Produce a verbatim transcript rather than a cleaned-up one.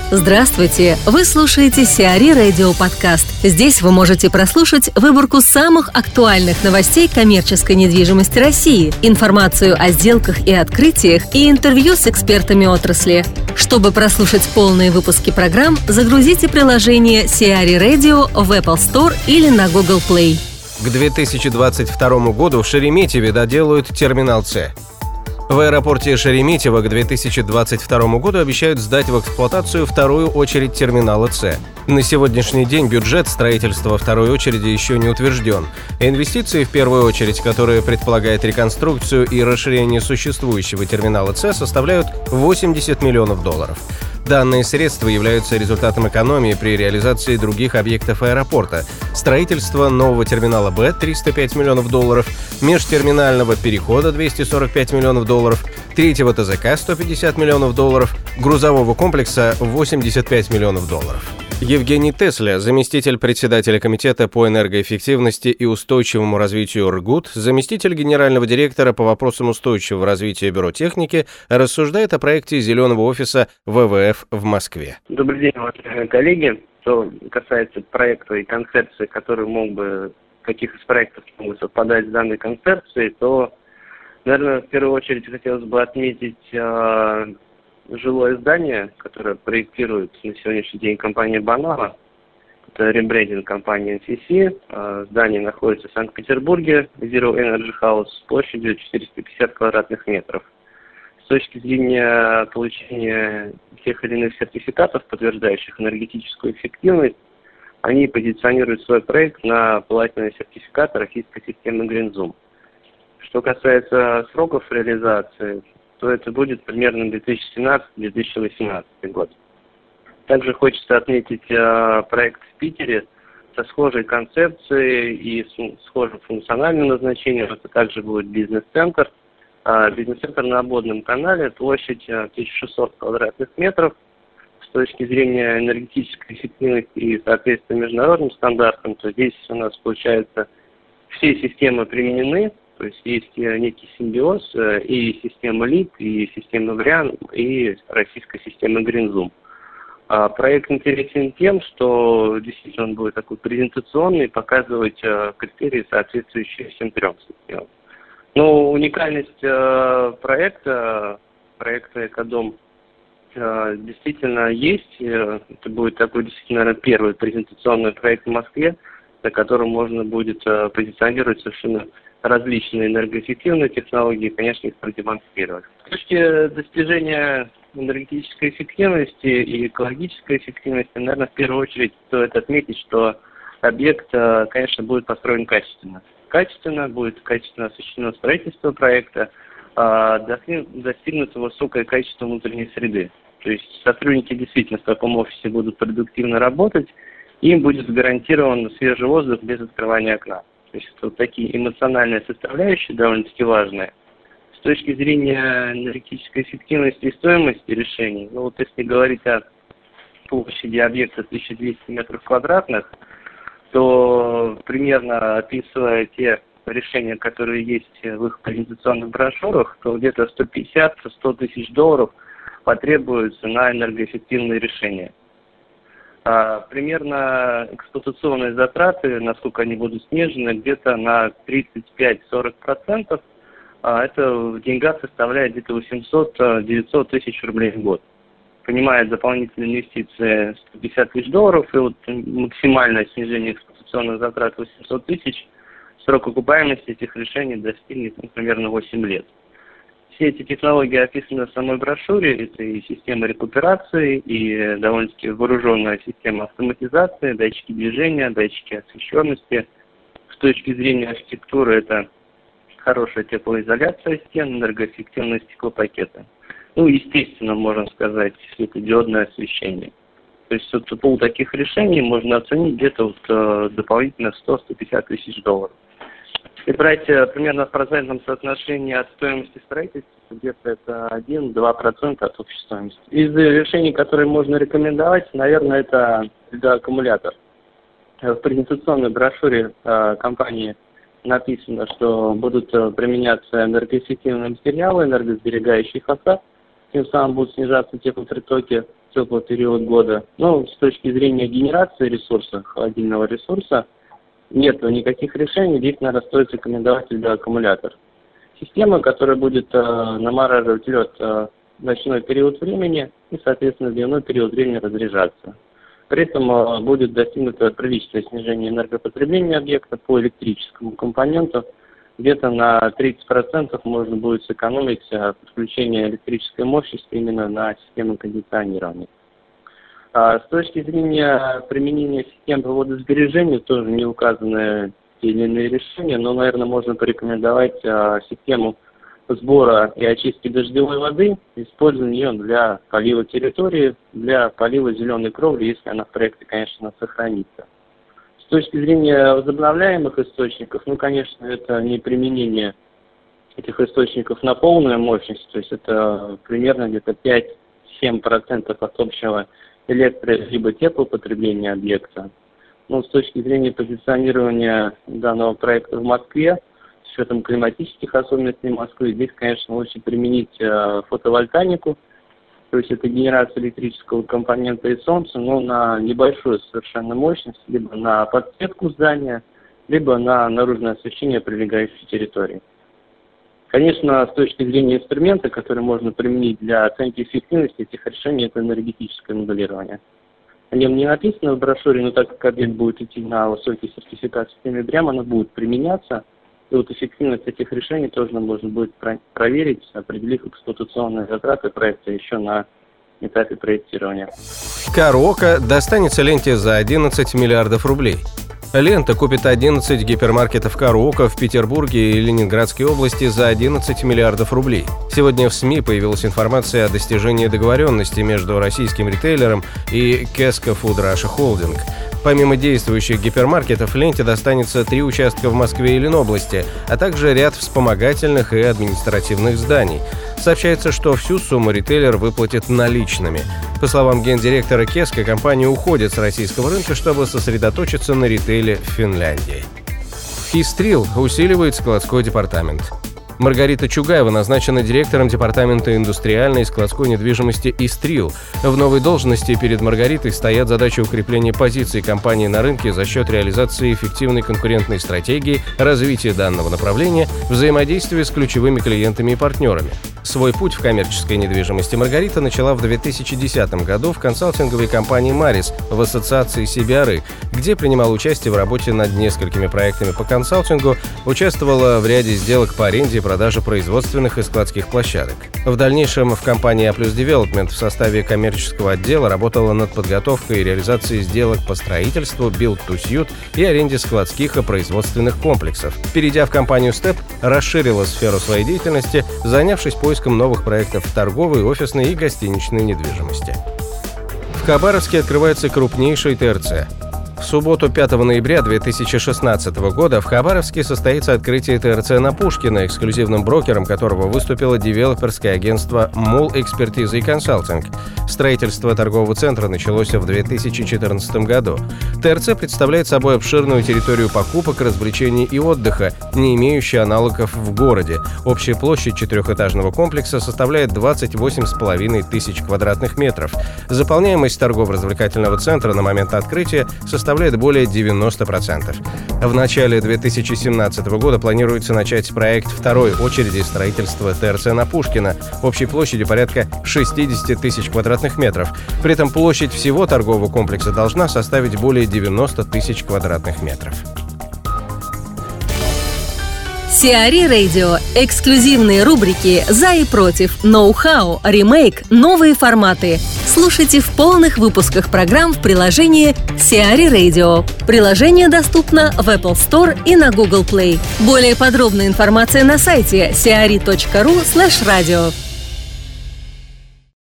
Здравствуйте! Вы слушаете Сиари Радио Подкаст. Здесь вы можете прослушать выборку самых актуальных новостей коммерческой недвижимости России, информацию о сделках и открытиях и интервью с экспертами отрасли. Чтобы прослушать полные выпуски программ, загрузите приложение Сиари Radio в Apple Store или на Google Play. К две тысячи двадцать второму году в Шереметьеве доделают терминал С. В аэропорте Шереметьево к две тысячи двадцать второму году обещают сдать в эксплуатацию вторую очередь терминала С. На сегодняшний день бюджет строительства второй очереди еще не утвержден. Инвестиции, в первую очередь, которые предполагают реконструкцию и расширение существующего терминала С, составляют восемьдесят миллионов долларов. Данные средства являются результатом экономии при реализации других объектов аэропорта: строительство нового терминала Б – триста пять миллионов долларов, межтерминального перехода – двести сорок пять миллионов долларов, третьего ТЗК – сто пятьдесят миллионов долларов, грузового комплекса – восемьдесят пять миллионов долларов. Евгений Тесля, заместитель председателя Комитета по энергоэффективности и устойчивому развитию РГУТ, заместитель генерального директора по вопросам устойчивого развития Бюро техники, рассуждает о проекте зеленого офиса вэ вэ эф в Москве. Добрый день, уважаемые коллеги. Что касается проекта и концепции, который мог бы, каких из проектов могут совпадать с данной концепцией, то, наверное, в первую очередь хотелось бы отметить э, жилое здание, которое проектирует на сегодняшний день компания Банава. Это ребрендинг компании эн си си. Здание находится в Санкт-Петербурге, Zero Energy House, с площадью четыреста пятьдесят квадратных метров. С точки зрения получения тех или иных сертификатов, подтверждающих энергетическую эффективность, они позиционируют свой проект на платиновый сертификат российской системы Green Zoom. Что касается сроков реализации, то это будет примерно две тысячи семнадцатый - две тысячи восемнадцатый год. Также хочется отметить э, проект в Питере со схожей концепцией и с схожим функциональным назначением. Это также будет бизнес-центр. Э, бизнес-центр на обводном канале, площадь э, тысяча шестьсот квадратных метров. С точки зрения энергетической эффективности и соответствия международным стандартам, то здесь у нас, получается, все системы применены. То есть есть некий симбиоз и система ЛИП, и система ВРИАН, и российская система Green Zoom. А проект интересен тем, что действительно он будет такой презентационный, показывать критерии, соответствующие всем трем системам. Но уникальность проекта, проекта «Экодом» действительно есть. Это будет такой действительно, наверное, первый презентационный проект в Москве, на котором можно будет позиционировать совершенно различные энергоэффективные технологии, конечно, их продемонстрировать. С точки достижения энергетической эффективности и экологической эффективности, наверное, в первую очередь стоит отметить, что объект, конечно, будет построен качественно. Качественно, будет качественно осуществлено строительство проекта, достигнуто высокое качество внутренней среды. То есть сотрудники действительно в таком офисе будут продуктивно работать, и им будет гарантирован свежий воздух без открывания окна. То есть это вот такие эмоциональные составляющие довольно-таки важные. С точки зрения энергетической эффективности и стоимости решений, ну вот если говорить о площади объекта тысяча двести метров квадратных, то примерно описывая те решения, которые есть в их презентационных брошюрах, то где-то сто пятьдесят - сто тысяч долларов потребуется на энергоэффективные решения. Примерно эксплуатационные затраты, насколько они будут снижены, где-то на тридцать пять - сорок процентов. Это в деньгах составляет где-то восемьсот - девятьсот тысяч рублей в год. Понимая дополнительные инвестиции сто пятьдесят тысяч долларов и вот максимальное снижение эксплуатационных затрат восемьсот тысяч, срок окупаемости этих решений достигнет, ну, примерно восемь лет. Все эти технологии описаны в самой брошюре. Это и система рекуперации, и довольно-таки вооруженная система автоматизации, датчики движения, датчики освещенности. С точки зрения архитектуры это хорошая теплоизоляция стен, энергоэффективные стеклопакеты. Ну, естественно, можно сказать, светодиодное освещение. То есть вот пол таких решений можно оценить где-то вот, э, дополнительно сто - сто пятьдесят тысяч долларов. Если брать э, примерно в процентном соотношении от стоимости строительства, где-то это один-два процента от общей стоимости. Из решений, которые можно рекомендовать, наверное, это гигааккумулятор. В презентационной брошюре э, компании написано, что будут э, применяться энергоэффективные материалы, энергосберегающий фасад. тем самым будут снижаться теплопритоки в теплый период года. Но с точки зрения генерации ресурса, холодильного ресурса, нет никаких решений, здесь, наверное, стоит рекомендовать аккумулятор. Система, которая будет э, намораживать лед э, в ночной период времени и, соответственно, в дневной период времени разряжаться. При этом э, будет достигнуто приличное снижение энергопотребления объекта по электрическому компоненту. Где-то на тридцать процентов можно будет сэкономить э, подключение электрической мощности именно на систему кондиционирования. А с точки зрения применения систем по водосбережению тоже не указаны те или иные решения, но, наверное, можно порекомендовать а, систему сбора и очистки дождевой воды, использование ее для полива территории, для полива зеленой кровли, если она в проекте, конечно, сохранится. С точки зрения возобновляемых источников, ну, конечно, это не применение этих источников на полную мощность, то есть это примерно где-то пять-семь процентов от общего электро- либо теплопотребления объекта. Ну, с точки зрения позиционирования данного проекта в Москве, с учетом климатических особенностей Москвы, здесь, конечно, лучше применить э, фотовольтанику, то есть это генерация электрического компонента из солнца, но на небольшую совершенно мощность, либо на подсветку здания, либо на наружное освещение прилегающей территории. Конечно, с точки зрения инструмента, который можно применить для оценки эффективности этих решений, это энергетическое моделирование. О нем не написано в брошюре, но так как объект будет идти на высокий сертификат в системе БРЭАМ, оно будет применяться. И вот эффективность этих решений тоже можно будет про- проверить, определив эксплуатационные затраты проекта еще на этапе проектирования. Караока достанется ленте за одиннадцать миллиардов рублей. Лента купит одиннадцать гипермаркетов Караока в Петербурге и Ленинградской области за одиннадцать миллиардов рублей. Сегодня в СМИ появилась информация о достижении договоренности между российским ритейлером и Kesko Food Russia Holding. Помимо действующих гипермаркетов, ленте достанется три участка в Москве и Ленобласти, а также ряд вспомогательных и административных зданий. Сообщается, что всю сумму ритейлер выплатит наличными. По словам гендиректора Kesko, компания уходит с российского рынка, чтобы сосредоточиться на ритейле в Финляндии. Истрил усиливает складской департамент. Маргарита Чугаева назначена директором департамента индустриальной и складской недвижимости «Истрил». В новой должности перед Маргаритой стоят задачи укрепления позиций компании на рынке за счет реализации эффективной конкурентной стратегии, развития данного направления, взаимодействия с ключевыми клиентами и партнерами. Свой путь в коммерческой недвижимости Маргарита начала в две тысячи десятом году в консалтинговой компании «Марис» в ассоциации си би ар и, где принимала участие в работе над несколькими проектами по консалтингу, участвовала в ряде сделок по аренде и продаже производственных и складских площадок. В дальнейшем в компании «А плюс Девелопмент» в составе коммерческого отдела работала над подготовкой и реализацией сделок по строительству, build-to-suit и аренде складских и производственных комплексов. Перейдя в компанию «Степ», расширила сферу своей деятельности, занявшись поиском новых проектов в торговой, офисной и гостиничной недвижимости. В Хабаровске открывается крупнейший ТРЦ. В субботу, пятого ноября две тысячи шестнадцатого года, в Хабаровске состоится открытие ТРЦ на Пушкина, эксклюзивным брокером которого выступило девелоперское агентство «Мул Экспертиза и Консалтинг». Строительство торгового центра началось в две тысячи четырнадцатом году. ТРЦ представляет собой обширную территорию покупок, развлечений и отдыха, не имеющую аналогов в городе. Общая площадь четырехэтажного комплекса составляет двадцать восемь с половиной тысяч квадратных метров. Заполняемость торгово-развлекательного центра на момент открытия составляет составляет более девяноста процентов. В начале две тысячи семнадцатого года планируется начать проект второй очереди строительства ТРЦ на Пушкина общей площадью порядка шестьдесят тысяч квадратных метров. При этом площадь всего торгового комплекса должна составить более девяноста тысяч квадратных метров. Сиари Radio. Эксклюзивные рубрики «За и против», «Ноу-хау», «Ремейк», «Новые форматы». Слушайте в полных выпусках программ в приложении Сиари Radio. Приложение доступно в Apple Store и на Google Play. Более подробная информация на сайте сиари точка ру слэш радио.